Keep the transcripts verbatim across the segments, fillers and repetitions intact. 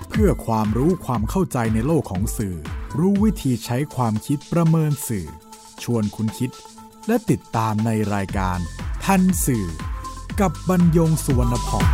เพื่อความรู้ความเข้าใจในโลกของสื่อรู้วิธีใช้ความคิดประเมินสื่อชวนคุณคิดและติดตามในรายการทันสื่อกับบรรยงสุวรรณพร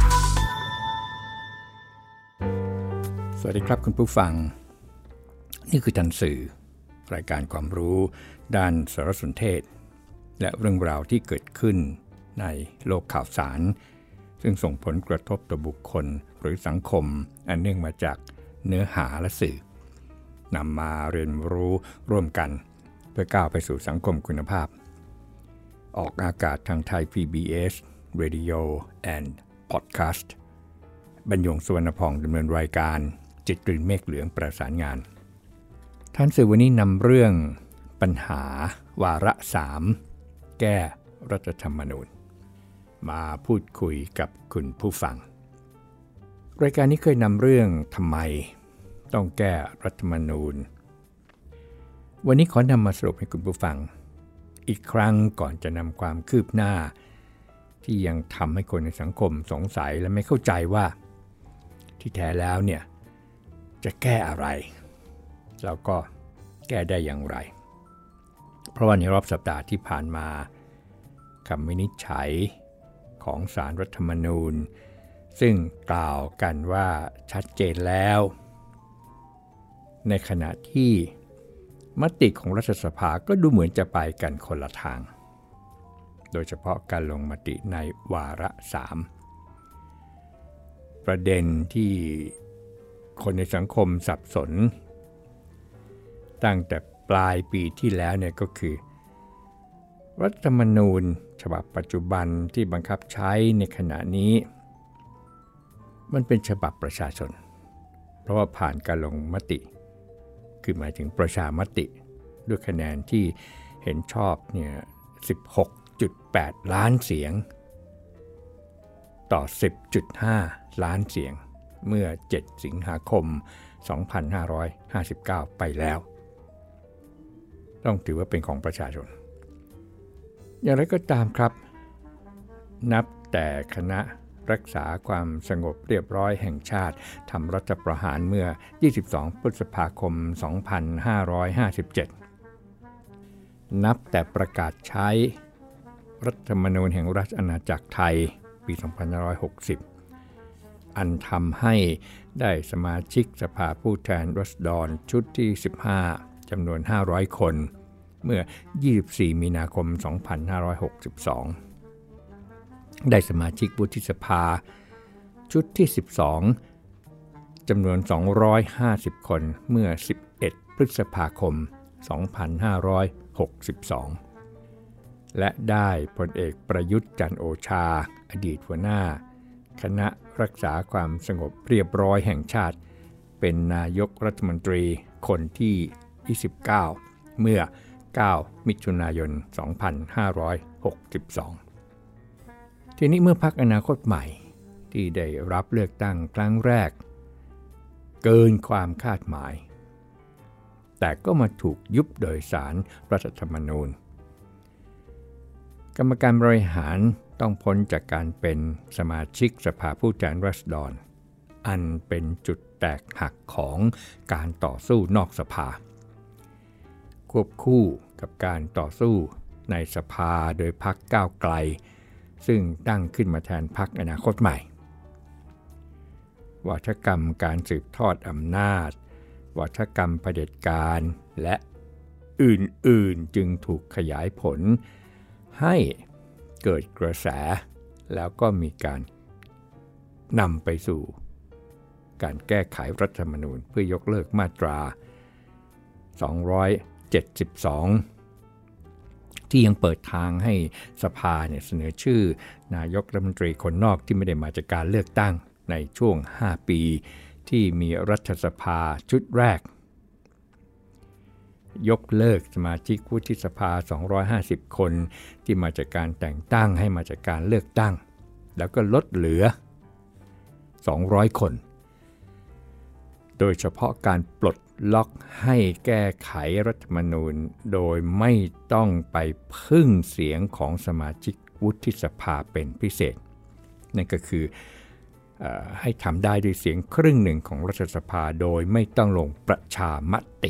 สวัสดีครับคุณผู้ฟังนี่คือทันสื่อรายการความรู้ด้านสารสนเทศและเรื่องราวที่เกิดขึ้นในโลกข่าวสารซึ่งส่งผลกระทบต่อบุคคลหรือสังคมอันเนื่องมาจากเนื้อหาและสื่อนำมาเรียนรู้ร่วมกันเพื่อก้าวไปสู่สังคมคุณภาพออกอากาศทางไทย พี บี เอส Radio and Podcast บรรยงสุวรรณพงษ์ดำเนินรายการจิตกลิ่นเมฆเหลืองประสานงานท่านสื่อวันนี้นำเรื่องปัญหาวาระสามแก้รัฐธรรมนูญมาพูดคุยกับคุณผู้ฟังรายการนี้เคยนำเรื่องทำไมต้องแก้รัฐธรรมนูญวันนี้ขอนำมาสรุปให้คุณผู้ฟังอีกครั้งก่อนจะนำความคืบหน้าที่ยังทำให้คนในสังคมสงสัยและไม่เข้าใจว่าที่แท้แล้วเนี่ยจะแก้อะไรแล้วก็แก้ได้อย่างไรเพราะว่าในรอบสัปดาห์ที่ผ่านมาคำวินิจฉัยของศาลรัฐธรรมนูญซึ่งกล่าวกันว่าชัดเจนแล้วในขณะที่มติของรัฐสภาก็ดูเหมือนจะไปกันคนละทางโดยเฉพาะการลงมติในวาระสามประเด็นที่คนในสังคมสับสนตั้งแต่ปลายปีที่แล้วเนี่ยก็คือรัฐธรรมนูญฉบับปัจจุบันที่บังคับใช้ในขณะนี้มันเป็นฉบับประชาชนเพราะว่าผ่านการลงมติคือหมายถึงประชามติด้วยคะแนนที่เห็นชอบเนี่ย สิบหกจุดแปด ล้านเสียงต่อ สิบจุดห้า ล้านเสียงเมื่อเจ็ดสิงหาคมสองพันห้าร้อยห้าสิบเก้าไปแล้วต้องถือว่าเป็นของประชาชนอย่างไรก็ตามครับนับแต่คณะรักษาความสงบเรียบร้อยแห่งชาติทำรัฐประหารเมื่อยี่สิบสองพฤษภาคมสองพันห้าร้อยห้าสิบเจ็ดนับแต่ประกาศใช้รัฐธรรมนูญแห่งราชอาณาจักรไทยปีสองพันห้าร้อยหกสิบอันทำให้ได้สมาชิกสภาผู้แทนราษฎรชุดที่สิบห้าจำนวนห้าร้อยคนเมื่อยี่สิบสี่มีนาคมสองพันห้าร้อยหกสิบสองได้สมาชิกวุฒิสภาชุดที่สิบสองจำนวนสองร้อยห้าสิบคนเมื่อสิบเอ็ดพฤษภาคมสองพันห้าร้อยหกสิบสองและได้พลเอกประยุทธ์จันทร์โอชาอดีตหัวหน้าคณะรักษาความสงบเรียบร้อยแห่งชาติเป็นนายกรัฐมนตรีคนที่ยี่สิบเก้าเมื่อเก้ามิถุนายนสองพันห้าร้อยหกสิบสองทีนี้เมื่อพรรคอนาคตใหม่ที่ได้รับเลือกตั้งครั้งแรกเกินความคาดหมายแต่ก็มาถูกยุบโดยศาลรัฐธรรมนูญกรรมการบริหารต้องพ้นจากการเป็นสมาชิกสภาผู้แทนราษฎรอันเป็นจุดแตกหักของการต่อสู้นอกสภาควบคู่กับการต่อสู้ในสภาโดยพรรคก้าวไกลซึ่งตั้งขึ้นมาแทนพรรคอนาคตใหม่วัฒกรรมการสืบทอดอำนาจวัฒกรรมเผด็จการและอื่นๆจึงถูกขยายผลให้เกิดกระแสแล้วก็มีการนำไปสู่การแก้ไขรัฐธรรมนูญเพื่อยกเลิกมาตราสองร้อยเจ็ดสิบสองที่ยังเปิดทางให้สภาเนี่ยเสนอชื่อนายกรัฐมนตรีคนนอกที่ไม่ได้มาจากการเลือกตั้งในช่วงห้าปีที่มีรัฐสภาชุดแรกยกเลิกสมาชิกวุฒิสภาสองร้อยห้าสิบคนที่มาจากการแต่งตั้งให้มาจากการเลือกตั้งแล้วก็ลดเหลือสองร้อยคนโดยเฉพาะการปลดล็อกให้แก้ไขรัฐธรรมนูญโดยไม่ต้องไปพึ่งเสียงของสมาชิกวุฒิสภาเป็นพิเศษนั่นก็คือให้ทำได้ด้วยเสียงครึ่งหนึ่งของรัฐสภาโดยไม่ต้องลงประชามติ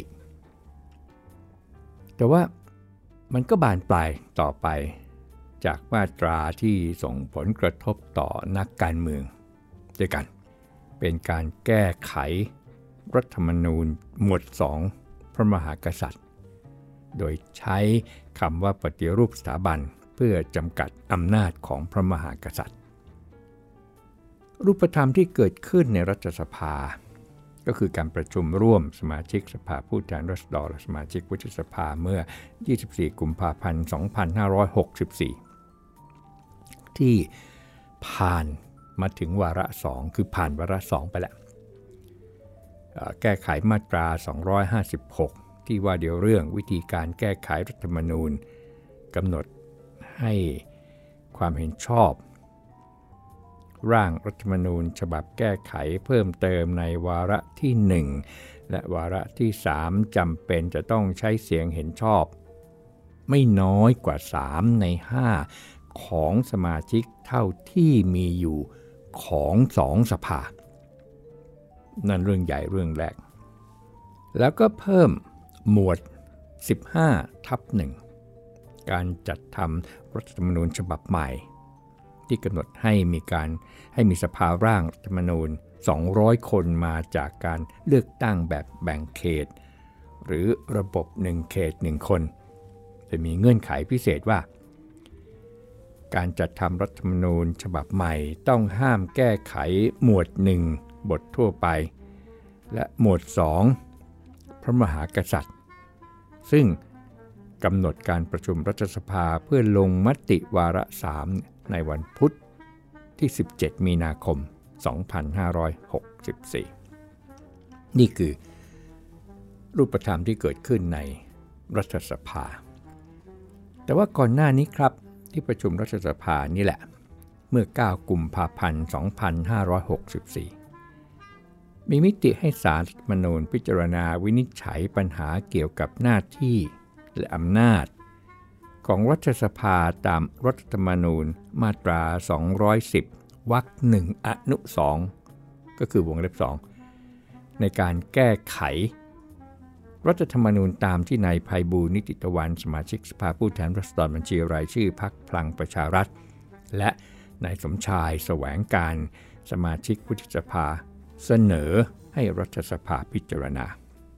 แต่ว่ามันก็บานปลายต่อไปจากมาตราที่ส่งผลกระทบต่อนักการเมืองด้วยกันเป็นการแก้ไขรัฐธรรมนูญหมวดสองพระมหากษัตริย์โดยใช้คำว่าปฏิรูปสถาบันเพื่อจำกัดอำนาจของพระมหากษัตริย์รูปธรรมที่เกิดขึ้นในรัฐสภาก็คือการประชุมร่วมสมาชิกสภาผู้แทนราษฎรและสมาชิกวุฒิสภาเมื่อยี่สิบสี่กุมภาพันธ์สองพันห้าร้อยหกสิบสี่ที่ผ่านมาถึงวาระสองคือผ่านวาระสองไปแล้วแก้ไขมาตราสองร้อยห้าสิบหกที่ว่าเดียวเรื่องวิธีการแก้ไขรัฐธรรมนูญกำหนดให้ความเห็นชอบร่างรัฐธรรมนูญฉบับแก้ไขเพิ่มเติมในวาระที่หนึ่งและวาระที่สามจำเป็นจะต้องใช้เสียงเห็นชอบไม่น้อยกว่าสามในห้าของสมาชิกเท่าที่มีอยู่ของสองสภานั่นเรื่องใหญ่เรื่องแรกแล้วก็เพิ่มหมวดสิบห้าทับหนึ่งการจัดทำรัฐธรรมนูญฉบับใหม่ที่กำหนดให้มีการให้มีสภาร่างรัฐธรรมนูญสองร้อยคนมาจากการเลือกตั้งแบบแบ่งเขตหรือระบบหนึ่งเขตหนึ่งคนจะมีเงื่อนไขพิเศษว่าการจัดทำรัฐธรรมนูญฉบับใหม่ต้องห้ามแก้ไขหมวดหนึ่งบททั่วไปและหมวดสองพระมหากษัตริย์ซึ่งกำหนดการประชุมรัฐสภาเพื่อลงมติวาระสามในวันพุธที่สิบเจ็ดมีนาคมสองพันห้าร้อยหกสิบสี่นี่คือรูปธรรมที่เกิดขึ้นในรัฐสภาแต่ว่าก่อนหน้านี้ครับที่ประชุมรัฐสภานี่แหละเมื่อเก้ากุมภาพันธ์สองพันห้าร้อยหกสิบสี่มีมติให้ศาลรัฐธรรมนูญพิจารณาวินิจฉัยปัญหาเกี่ยวกับหน้าที่และอำนาจของรัฐสภาตามรัฐธรรมนูญมาตราสองร้อยสิบวรรคหนึ่งอนุสองก็คือวงเล็บสองในการแก้ไขรัฐธรรมนูญตามที่นายไพบูลย์นิติตะวันสมาชิกสภาผู้แทนราษฎรบัญชีรายชื่อพรรคพลังประชารัฐและนายสมชายแสวงการสมาชิกวุฒิสภาเสนอให้รัฐสภาพิจารณา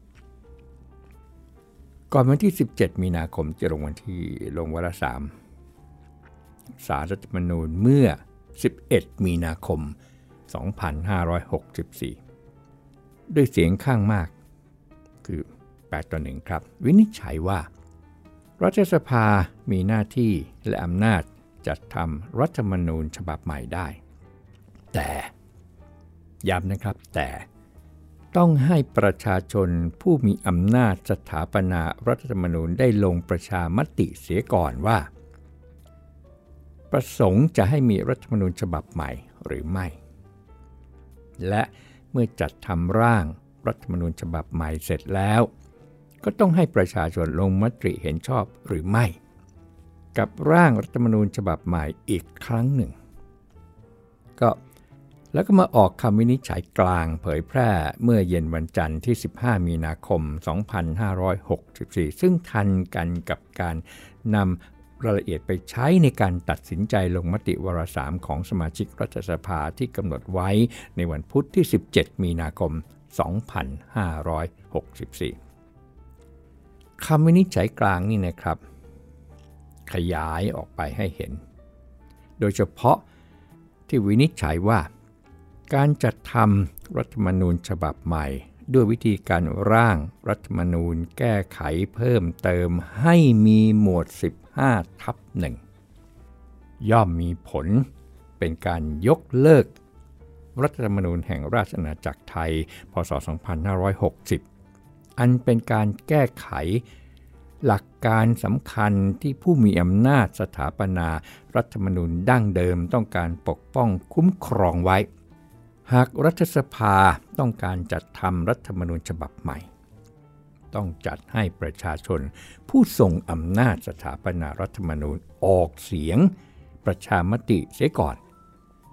ก่อนวันที่สิบเจ็ดมีนาคมจะลงวันที่ลงวาระสามศาลรัฐธรรมนูญเมื่อสิบเอ็ดมีนาคมสองพันห้าร้อยหกสิบสี่ด้วยเสียงข้างมากคือแปดต่อหนึ่งครับวินิจฉัยว่ารัฐสภามีหน้าที่และอำนาจจัดทำรัฐธรรมนูญฉบับใหม่ได้แต่ย้ำนะครับแต่ต้องให้ประชาชนผู้มีอำนาจสถาปนารัฐธรรมนูญได้ลงประชามติเสียก่อนว่าประสงค์จะให้มีรัฐธรรมนูญฉบับใหม่หรือไม่และเมื่อจัดทำร่างรัฐธรรมนูญฉบับใหม่เสร็จแล้วก็ต้องให้ประชาชนลงมติเห็นชอบหรือไม่กับร่างรัฐธรรมนูญฉบับใหม่อีกครั้งหนึ่งก็แล้วก็มาออกคำวินิจฉัยกลางเผยแพร่เมื่อเย็นวันจันทร์ที่สิบห้ามีนาคมสองพันห้าร้อยหกสิบสี่ซึ่งทันกันกับการนำรายละเอียดไปใช้ในการตัดสินใจลงมติวาระสามของสมาชิกรัฐสภาที่กำหนดไว้ในวันพุธที่สิบเจ็ดมีนาคมสองพันห้าร้อยหกสิบสี่คำวินิจฉัยกลางนี่นะครับขยายออกไปให้เห็นโดยเฉพาะที่วินิจฉัยว่าการจัดทำรัฐธรรมนูญฉบับใหม่ด้วยวิธีการร่างรัฐธรรมนูญแก้ไขเพิ่มเติมให้มีหมวดสิบห้าทับหนึ่งย่อมมีผลเป็นการยกเลิกรัฐธรรมนูญแห่งราชอาณาจักรไทยพ.ศ. สองพันห้าร้อยหกสิบอันเป็นการแก้ไขหลักการสำคัญที่ผู้มีอำนาจสถาปนารัฐธรรมนูญดั้งเดิมต้องการปกป้องคุ้มครองไว้หากรัฐสภาต้องการจัดทำรัฐธรรมนูญฉบับใหม่ต้องจัดให้ประชาชนผู้ทรงอำนาจสถาปนารัฐธรรมนูญออกเสียงประชามติเสียก่อน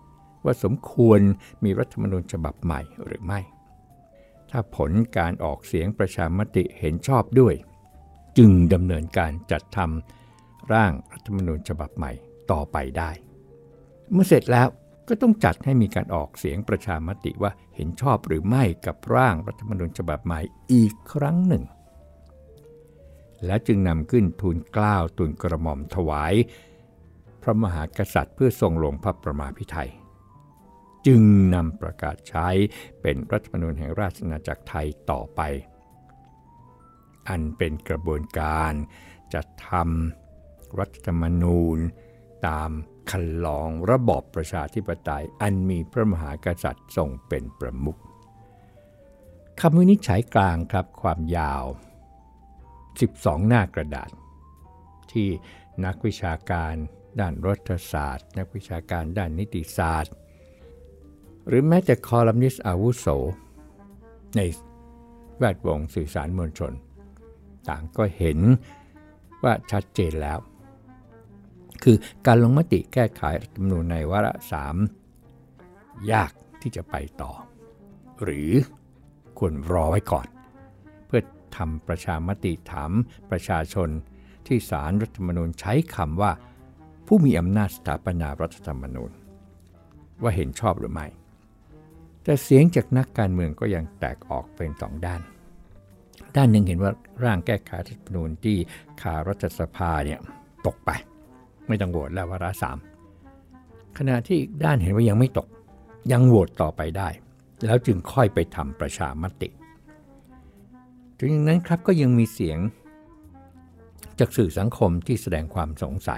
ว่าสมควรมีรัฐธรรมนูญฉบับใหม่หรือไม่ถ้าผลการออกเสียงประชามติเห็นชอบด้วยจึงดำเนินการจัดทำร่างรัฐธรรมนูญฉบับใหม่ต่อไปได้เมื่อเสร็จแล้วก็ต้องจัดให้มีการออกเสียงประชามติว่าเห็นชอบหรือไม่กับร่างรัฐธรรมนูญฉบับใหม่อีกครั้งหนึ่งและจึงนำขึ้นทูลเกล้าทูลกระหม่อมถวายพระมหากษัตริย์เพื่อทรงลงพระประมาภิไธยจึงนำประกาศใช้เป็นรัฐธรรมนูญแห่งราชอาณาจักรไทยต่อไปอันเป็นกระบวนการจัดทำรัฐธรรมนูญตามคันลองระบอบประชาธิปไตยอันมีพระมหากษัตริย์ทรงเป็นประมุขคำวินิจฉัยกลางครับความยาวสิบสองหน้ากระดาษที่นักวิชาการด้านรัฐศาสตร์นักวิชาการด้านนิติศาสตร์หรือแม้แต่คอลัมนิสต์อาวุโสในแวดวงสื่อสารมวลชนต่างก็เห็นว่าชัดเจนแล้วคือการลงมติแก้ไขรัฐธรรมนูญในวาระสามยากที่จะไปต่อหรือควรรอไว้ก่อนเพื่อทำประชามติถามประชาชนที่ศาลรัฐธรรมนูญใช้คำว่าผู้มีอำนาจสถาปนารัฐธรรมนูญว่าเห็นชอบหรือไม่แต่เสียงจากนักการเมืองก็ยังแตกออกเป็นสองด้านด้านหนึ่งเห็นว่าร่างแก้ไขรัฐธรรมนูญที่คารัฐสภาเนี่ยตกไปไม่ต้องโหวตแล้ววาระสามขณะที่อีกด้านเห็นว่ายังไม่ตกยังโหวตต่อไปได้แล้วจึงค่อยไปทำประชามติถึงอย่างนั้นครับก็ยังมีเสียงจากสื่อสังคมที่แสดงความสงสัย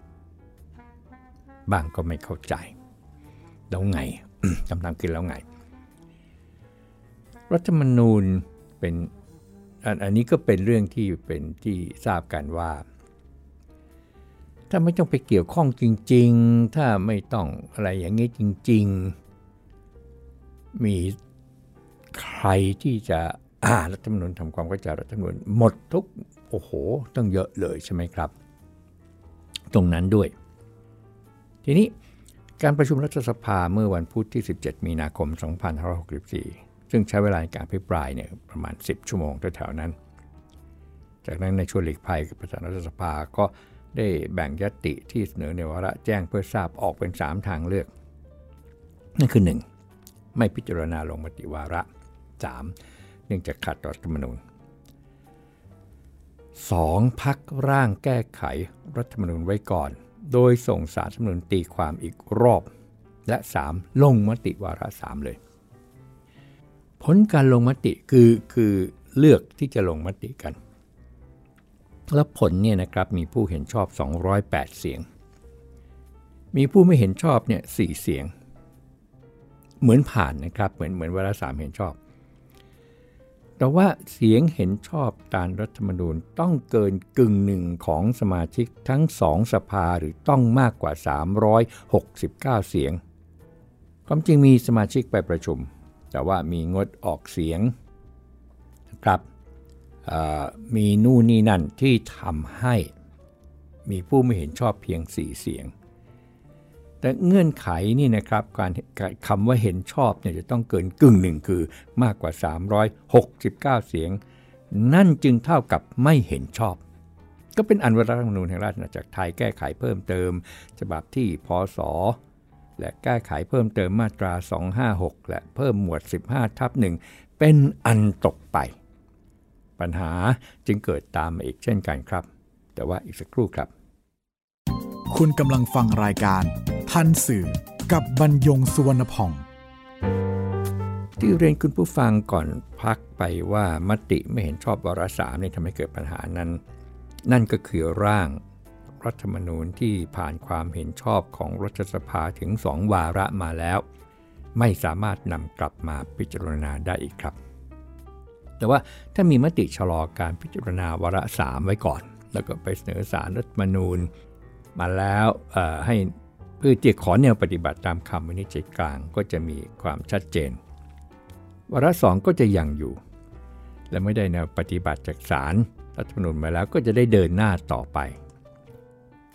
บางก็ไม่เข้าใจแล้วไง คำถามคือแล้วไงรัฐธรรมนูญเป็นอัน, อันนี้ก็เป็นเรื่องที่เป็นที่ทราบกันว่าถ้าไม่ต้องไปเกี่ยวข้องจริงๆถ้าไม่ต้องอะไรอย่างนี้จริงๆมีใครที่จะอ่านรัฐธรรมนูญทำความเข้าใจรัฐธรรมนูญหมดทุกโอ้โหต้องเยอะเลยใช่ไหมครับตรงนั้นด้วยทีนี้การประชุมรัฐสภาเมื่อวันพุธที่สิบเจ็ดมีนาคมสองพันห้าร้อยหกสิบสี่ซึ่งใช้เวลาในการอภิปรายเนี่ยประมาณสิบชั่วโมงแถวๆนั้นจากนั้นในชวนหลีกภัยกับประธานรัฐสภาก็ได้แบ่งญัตติที่เสนอในวาระแจ้งเพื่อทราบออกเป็นสามทางเลือกนั่นคือหนึ่งไม่พิจารณาลงมติวาระสามเนื่องจากขัดต่อรัฐธรรมนูญสองพักร่างแก้ไขรัฐธรรมนูญไว้ก่อนโดยส่งศาลรัฐธรรมนูญตีความอีกรอบและสามลงมติวาระสามเลยผลการลงมติคือคือเลือกที่จะลงมติกันและผลเนี่ยนะครับมีผู้เห็นชอบสองร้อยแปดเสียงมีผู้ไม่เห็นชอบเนี่ยสี่เสียงเหมือนผ่านนะครับเหมือนเหมือนวาระสามเห็นชอบแต่ว่าเสียงเห็นชอบตามรัฐธรรมนูญต้องเกินกึ่งหนึ่งของสมาชิกทั้งสองสภาหรือต้องมากกว่าสามร้อยหกสิบเก้าเสียงความจริงมีสมาชิกไปประชุมแต่ว่ามีงดออกเสียงนะครับมีนู่นนี่นั่นที่ทำให้มีผู้ไม่เห็นชอบเพียงสี่เสียงแต่เงื่อนไขนี่นะครับการคำว่าเห็นชอบเนี่ยจะต้องเกินกึ่งหนึ่งคือมากกว่าสามร้อยหกสิบเก้าเสียงนั่นจึงเท่ากับไม่เห็นชอบก็เป็นอันว่ารัฐธรรมนูญแห่งราชอาณาจักรไทยแก้ไขเพิ่มเติมฉบับที่พ.ศ.และแก้ไขเพิ่มเติมมาตราสองห้าหกและเพิ่มหมวดสิบห้าทับหนึ่งเป็นอันตกไปปัญหาจึงเกิดตามมาอีกเช่นกันครับแต่ว่าอีกสักครู่ครับคุณกำลังฟังรายการทันสื่อกับบรรยงสุวรรณพองที่เรียนคุณผู้ฟังก่อนพักไปว่ามติไม่เห็นชอบวาระสามนี่ทำให้เกิดปัญหานั้นนั่นก็คือร่างรัฐธรรมนูญที่ผ่านความเห็นชอบของรัฐสภาถึงสองวาระมาแล้วไม่สามารถนำกลับมาพิจารณาได้อีกครับแต่ว่าถ้ามีมติชะลอการพิจารณาวาระสามไว้ก่อนแล้วก็ไปเสนอศาลรัฐธรรมนูญมาแล้วให้เพื่อจะขอแนวปฏิบัติตามคำวินิจฉัยกลางก็จะมีความชัดเจนวาระสองก็จะยังอยู่และไม่ได้แนวปฏิบัติจากศาลรัฐธรรมนูญมาแล้วก็จะได้เดินหน้าต่อไป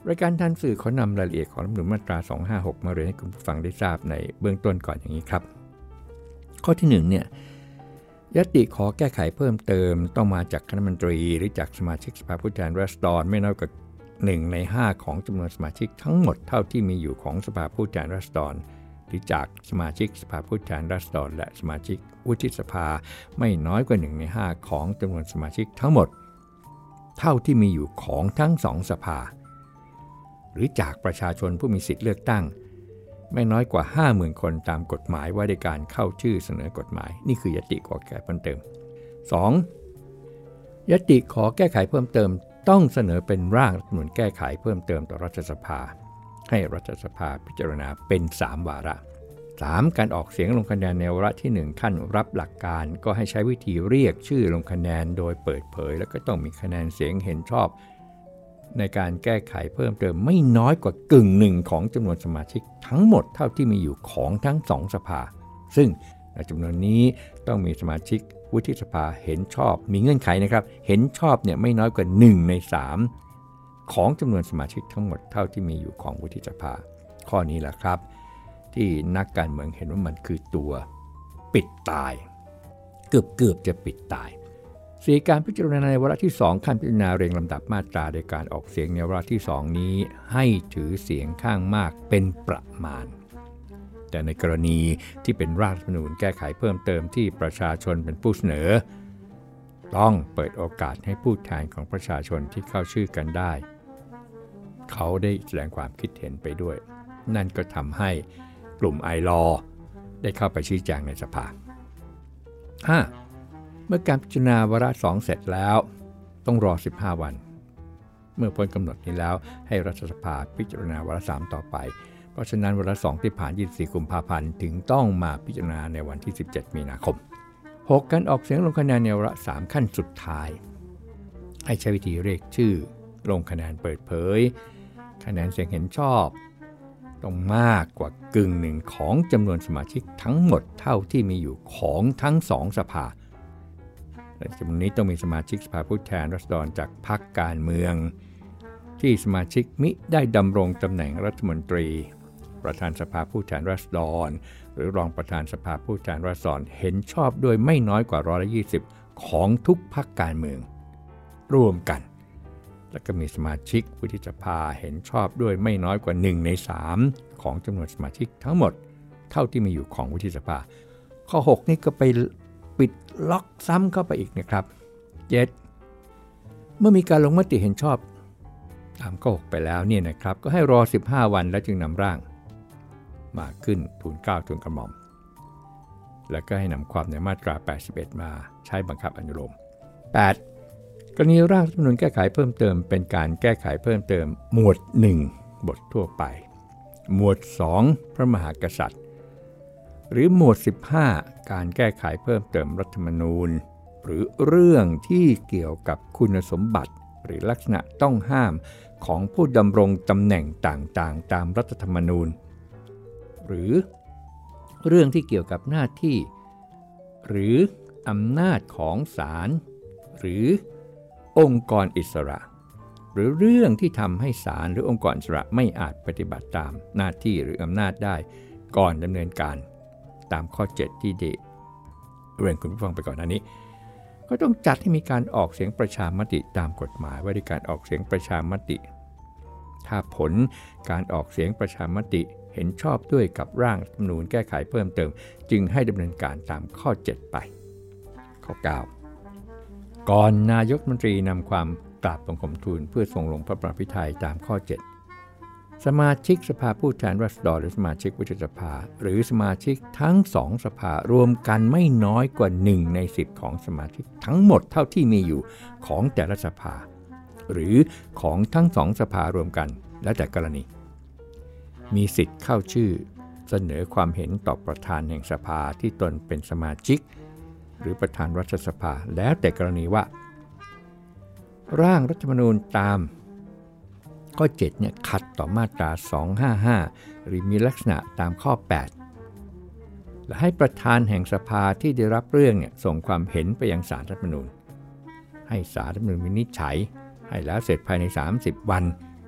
รายการทันสื่อขอนำรายละเอียดของรัฐธรรมนูญมาตราสองห้าหกมาเรียนให้คุณผู้ฟังได้ทราบในเบื้องต้นก่อนอย่างนี้ครับข้อที่หนึ่งเนี่ยยติขอแก้ไขเพิ่มเติมต้องมาจากคณะรัฐมนตรีหรือจากสมาชิกสภาผู้แทนราษฎรไม่น้อยกว่าหนึ่งในห้าของจำนวนสมาชิกทั้งหมดเท่าที่มีอยู่ของสภาผู้แทนราษฎรหรือจากสมาชิกสภาผู้แทนราษฎรและสมาชิกวุฒิสภาไม่น้อยกว่าหนึ่งในห้าของจำนวนสมาชิกทั้งหมดเท่าที่มีอยู่ของทั้งสองสภาหรือจากประชาชนผู้มีสิทธิเลือกตั้งไม่น้อยกว่า ห้าหมื่น คนตามกฎหมายว่าด้วยการเข้าชื่อเสนอกฎหมายนี่คือยติขอแก้เพิ่มเติม สอง ยติขอแก้ไขเพิ่มเติมต้องเสนอเป็นร่างรัฐธรรมนูญแก้ไขเพิ่มเติมต่อรัฐสภาให้รัฐสภาพิจารณาเป็นสามวาระ สาม การออกเสียงลงคะแนนในวาระที่หนึ่งขั้นรับหลักการก็ให้ใช้วิธีเรียกชื่อลงคะแนนโดยเปิดเผยแล้วก็ต้องมีคะแนนเสียงเห็นชอบในการแก้ไขเพิ่มเติมไม่น้อยกว่ากึ่งหนึ่งของจำนวนสมาชิกทั้งหมดเท่าที่มีอยู่ของทั้งสองสภาซึ่งในจำนวนนี้ต้องมีสมาชิกวุฒิสภาเห็นชอบมีเงื่อนไขนะครับเห็นชอบเนี่ยไม่น้อยกว่าหนึ่งในสามของจำนวนสมาชิกทั้งหมดเท่าที่มีอยู่ของวุฒิสภาข้อนี้แหละครับที่นักการเมืองเห็นว่ามันคือตัวปิดตายเกือบเกือบจะปิดตายสี่การพิจารณาในวาระที่สองขั้นพิจารณาเรียงลำดับมาตราโดยการออกเสียงในวาระที่สองนี้ให้ถือเสียงข้างมากเป็นประมาณแต่ในกรณีที่เป็นร่างรัฐธรรมนูญแก้ไขเพิ่มเติมที่ประชาชนเป็นผู้เสนอต้องเปิดโอกาสให้ผู้แทนของประชาชนที่เข้าชื่อกันได้เขาได้แสดงความคิดเห็นไปด้วยนั่นก็ทำให้กลุ่มไอลอได้เข้าไปชี้แจงในสภา ห้า เมื่อการพิจารณาวาระสองเสร็จแล้วต้องรอสิบห้าวันเมื่อพ้นกำหนดนี้แล้วให้รัฐสภาพิจารณาวาระสามต่อไปเพราะฉะนั้นวาระสองที่ผ่านยี่สิบสี่กุมภาพันธ์ถึงต้องมาพิจารณาในวันที่สิบเจ็ดมีนาคม หก การออกเสียงลงคะแนนในวาระสามขั้นสุดท้ายให้ใช้วิธีเรียกชื่อลงคะแนนเปิดเผยคะแนนเสียงเห็นชอบต้องมากกว่ากึ่งหนึ่งของจำนวนสมาชิกทั้งหมดเท่าที่มีอยู่ของทั้งสองสภาและจำนวนนี้ต้องมีสมาชิกสภาผู้แทนราษฎรจากพรรคการเมืองที่สมาชิกมิได้ดำรงตำแหน่งรัฐมนตรีประธานสภาผู้แทนราษฎรหรือรองประธานสภาผู้แทนราษฎรเห็นชอบด้วยไม่น้อยกว่าร้อยละยี่สิบของทุกพรรคการเมืองรวมกันแล้วก็มีสมาชิกวุฒิสภาเห็นชอบด้วยไม่น้อยกว่าหนึ่งในสามของจำนวนสมาชิกทั้งหมดเท่าที่มีอยู่ของวุฒิสภาข้อหกนี่ก็ไปปิดล็อกซ้ำเข้าไปอีกนะครับเจ็ดเมื่อมีการลงมติเห็นชอบตามข้อหกไปแล้วเนี่ยนะครับก็ให้รอสิบห้าวันแล้วจึงนำร่างมาขึ้นทูลเกล้าทูลกระหม่อมแล้วก็ให้นำความในมาตราแปดสิบเอ็ดมาใช้บังคับอนุโลม แปด กรณีร่างรัฐธรรมนูญแก้ไขเพิ่มเติมเป็นการแก้ไขเพิ่มเติมหมวดหนึ่งบททั่วไปหมวดสองพระมหากษัตริย์หรือหมวดสิบห้าการแก้ไขเพิ่มเติมรัฐธรรมนูญหรือเรื่องที่เกี่ยวกับคุณสมบัติหรือลักษณะต้องห้ามของผู้ดำรงตำแหน่งต่างๆตามรัฐธรรมนูญหรือเรื่องที่เกี่ยวกับหน้าที่หรืออำนาจของศาลหรือองค์กรอิสระหรือเรื่องที่ทำให้ศาลหรือองค์กรอิสระไม่อาจปฏิบัติตามหน้าที่หรืออำนาจได้ก่อนดำเนินการตามข้อเจ็ดที่ได้เรียนคุณผู้ฟังไปก่อนหน้านี้ก็ต้องจัดให้มีการออกเสียงประชามติตามกฎหมายว่าด้วยการออกเสียงประชามติถ้าผลการออกเสียงประชามติเห็นชอบด้วยกับร่างรัฐธรรมนูญแก้ไขเพิ่มเติมจึงให้ดำเนินการตามข้อเจ็ดไปข้อเก้าก่อนนายกรัฐมนตรีนำความกราบบังคมทูลเพื่อทรงลงพระปราภิไธยตามข้อเจ็ดสมาชิกสภาผู้แทนราษฎรหรือสมาชิกวุฒิสภาหรือสมาชิกทั้งสองสภารวมกันไม่น้อยกว่าหนึ่งในสิบของสมาชิกทั้งหมดเท่าที่มีอยู่ของแต่ละสภาหรือของทั้งสองสภารวมกันแล้วแต่กรณีมีสิทธิ์เข้าชื่อเสนอความเห็นต่อประธานแห่งสภาที่ตนเป็นสมาชิกหรือประธานรัฐสภาแล้วแต่กรณีว่าร่างรัฐธรรมนูญตามข้อเจ็ดเนี่ยขัดต่อมาตราสองห้าห้าหรือมีลักษณะตามข้อแปดและให้ประธานแห่งสภาที่ได้รับเรื่องเนี่ยส่งความเห็นไปยังศาลรัฐธรรมนูญให้ศาลรัฐธรรมนูญวินิจฉัยให้แล้วเสร็จภายในสามสิบวัน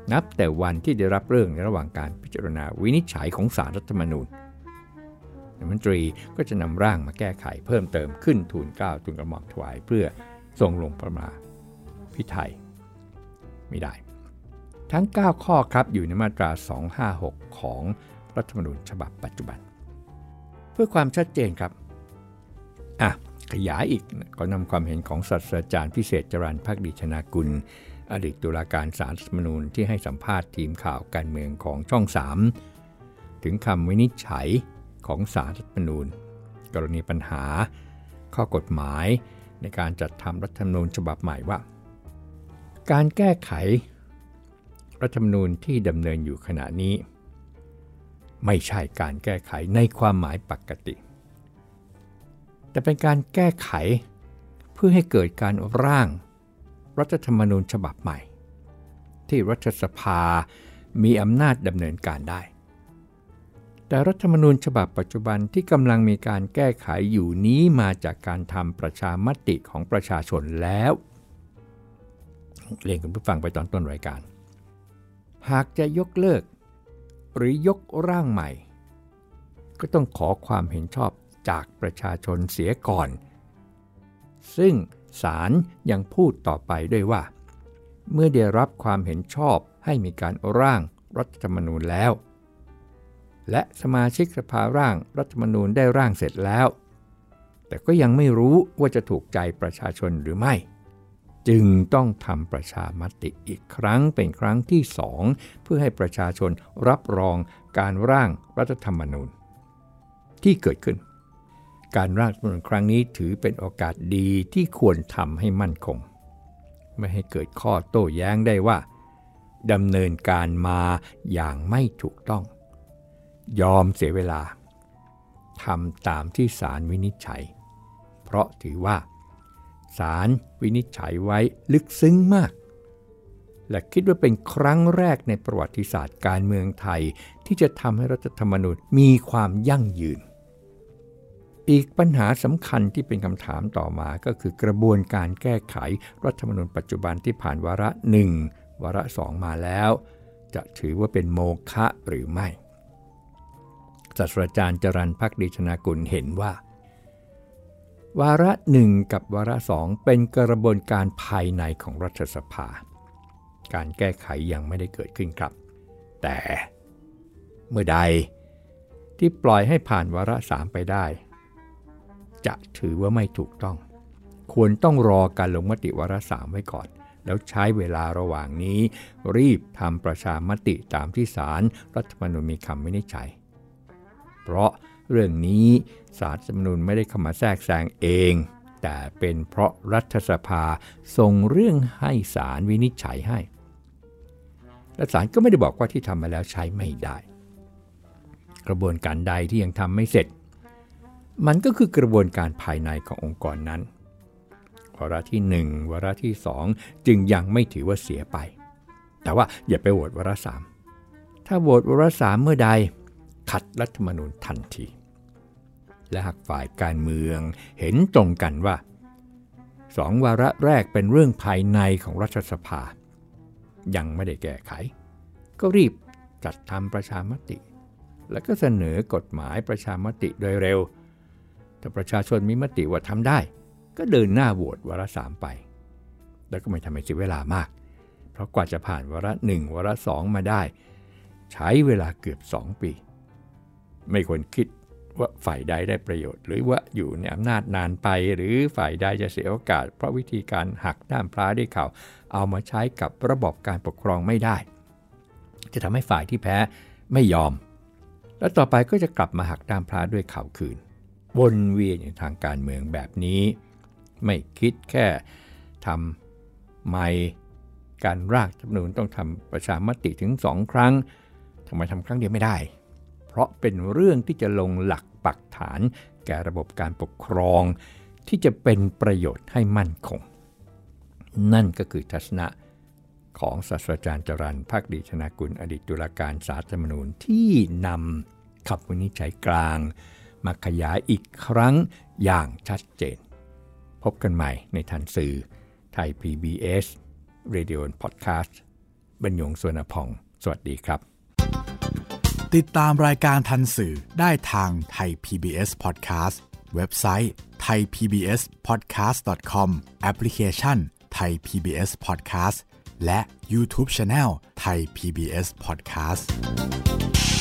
นับแต่วันที่ได้รับเรื่องในระหว่างการพิจารณาวินิจฉัยของศาลรัฐธรรมนูญรัฐมนตรีก็จะนำร่างมาแก้ไขเพิ่มเติมขึ้นทูลเกล้าทูลกระหม่อมถวายเพื่อทรงลงประมาพิไทยไม่ได้ทั้งเก้าข้อครับอยู่ในมาตราสองห้าหกของรัฐธรรมนูญฉบับปัจจุบันเพื่อความชัดเจนครับอ่ะขยายอีกก็นำความเห็นของศาสตราจารย์พิเศษจรัญภักดีชนากุลอดีตตุลาการศาลรัฐธรรมนูญที่ให้สัมภาษณ์ทีมข่าวการเมืองของช่องสามถึงคำวินิจฉัยของศาลรัฐธรรมนูญกรณีปัญหาข้อกฎหมายในการจัดทำรัฐธรรมนูญฉบับใหม่ว่าการแก้ไขรัฐธรรมนูญที่ดำเนินอยู่ขณะนี้ไม่ใช่การแก้ไขในความหมายปกติแต่เป็นการแก้ไขเพื่อให้เกิดการร่างรัฐธรรมนูญฉบับใหม่ที่รัฐสภามีอำนาจดำเนินการได้แต่รัฐธรรมนูญฉบับปัจจุบันที่กำลังมีการแก้ไขอยู่นี้มาจากการทำประชามติของประชาชนแล้วเรียนคุณผู้ฟังไปตอนต้นรายการหากจะยกเลิกหรือยกร่างใหม่ก็ต้องขอความเห็นชอบจากประชาชนเสียก่อนซึ่งศาลยังพูดต่อไปด้วยว่าเมื่อได้รับความเห็นชอบให้มีการร่างรัฐธรรมนูญแล้วและสมาชิกสภาร่างรัฐธรรมนูญได้ร่างเสร็จแล้วแต่ก็ยังไม่รู้ว่าจะถูกใจประชาชนหรือไม่จึงต้องทำประชามติอีกครั้งเป็นครั้งที่สองเพื่อให้ประชาชนรับรองการร่างรัฐธรรมนูญที่เกิดขึ้นการร่างรัฐธรรมนูญครั้งนี้ถือเป็นโอกาสดีที่ควรทำให้มั่นคงไม่ให้เกิดข้อโต้แย้งได้ว่าดำเนินการมาอย่างไม่ถูกต้องยอมเสียเวลาทำตามที่ศาลวินิจฉัยเพราะถือว่าศาลวินิจฉัยไว้ลึกซึ้งมากและคิดว่าเป็นครั้งแรกในประวัติศาสตร์การเมืองไทยที่จะทำให้รัฐธรรมนูญมีความยั่งยืนอีกปัญหาสำคัญที่เป็นคำถามต่อมาก็คือกระบวนการแก้ไขรัฐธรรมนูญปัจจุบันที่ผ่านวาระหนึ่งวาระสองมาแล้วจะถือว่าเป็นโมฆะหรือไม่ศาสตราจารย์จรัญภักดีชนากุลเห็นว่าวาระหนึ่งกับวาระสองเป็นกระบวนการภายในของรัฐสภาการแก้ไขยังไม่ได้เกิดขึ้นครับแต่เมื่อใดที่ปล่อยให้ผ่านวาระสามไปได้จะถือว่าไม่ถูกต้องควรต้องรอการลงมติวาระสามไว้ก่อนแล้วใช้เวลาระหว่างนี้รีบทำประชามติตามที่ศาลรัฐธรรมนูญมีคำวินิจฉัยเพราะเรื่องนี้ศาลรัฐธรรมนูญไม่ได้เข้ามาแทรกแซงเองแต่เป็นเพราะรัฐสภาส่งเรื่องให้ศาลวินิจฉัยให้และศาลก็ไม่ได้บอกว่าที่ทำมาแล้วใช้ไม่ได้กระบวนการใดที่ยังทำไม่เสร็จมันก็คือกระบวนการภายในขององค์กรนั้นวาระที่หนึ่งวาระที่สองจึงยังไม่ถือว่าเสียไปแต่ว่าอย่าไปโหวตวาระสามถ้าโหวตวาระสามเมื่อใดขัดรัฐธรรมนูญทันทีและหากฝ่ายการเมืองเห็นตรงกันว่าสองวาระแรกเป็นเรื่องภายในของรัฐสภายังไม่ได้แก้ไขก็รีบจัดทำประชามติแล้วก็เสนอกฎหมายประชามติโดยเร็วถ้าประชาชนมีมติว่าทำได้ก็เดินหน้าโหวตวาระสามไปแล้วก็ไม่ทำให้เสียเวลามากเพราะกว่าจะผ่านวาระหนึ่งวาระสองมาได้ใช้เวลาเกือบสองปีไม่ควรคิดว่าฝ่ายใดได้ประโยชน์หรือว่าอยู่ในอำนาจนานไปหรือฝ่ายใดจะเสียโอกาสเพราะวิธีการหักด้ามพระด้วยเข่าเอามาใช้กับระบบการปกครองไม่ได้จะทำให้ฝ่ายที่แพ้ไม่ยอมแล้วต่อไปก็จะกลับมาหักด้ามพระด้วยเข่าคืนวนเวียนอยู่ทางการเมืองแบบนี้ไม่คิดแค่ทำไม่การร่างรัฐธรรมนูญต้องทำประชามติถึงสองครั้งทำไมทำครั้งเดียวไม่ได้เพราะเป็นเรื่องที่จะลงหลักปักฐานแก่ระบบการปกครองที่จะเป็นประโยชน์ให้มั่นคงนั่นก็คือทัศนะของศาสตราจารย์จรัญภักดีชนากุลอดีตตุลาการศาลรัฐธรรมนูญที่นำคำวินิจฉัยกลางมาขยายอีกครั้งอย่างชัดเจนพบกันใหม่ในทันสื่อไทย พี บี เอส Radio and Podcast บรรยง สุวรรณพองสวัสดีครับติดตามรายการทันสื่อได้ทางไทย พี บี เอส Podcast เว็บไซต์ ไทย พี บี เอส พอดแคสต์ ดอท คอม แอปพลิเคชัน Thai พี บี เอส Podcast และ YouTube Channel Thai พี บี เอส Podcast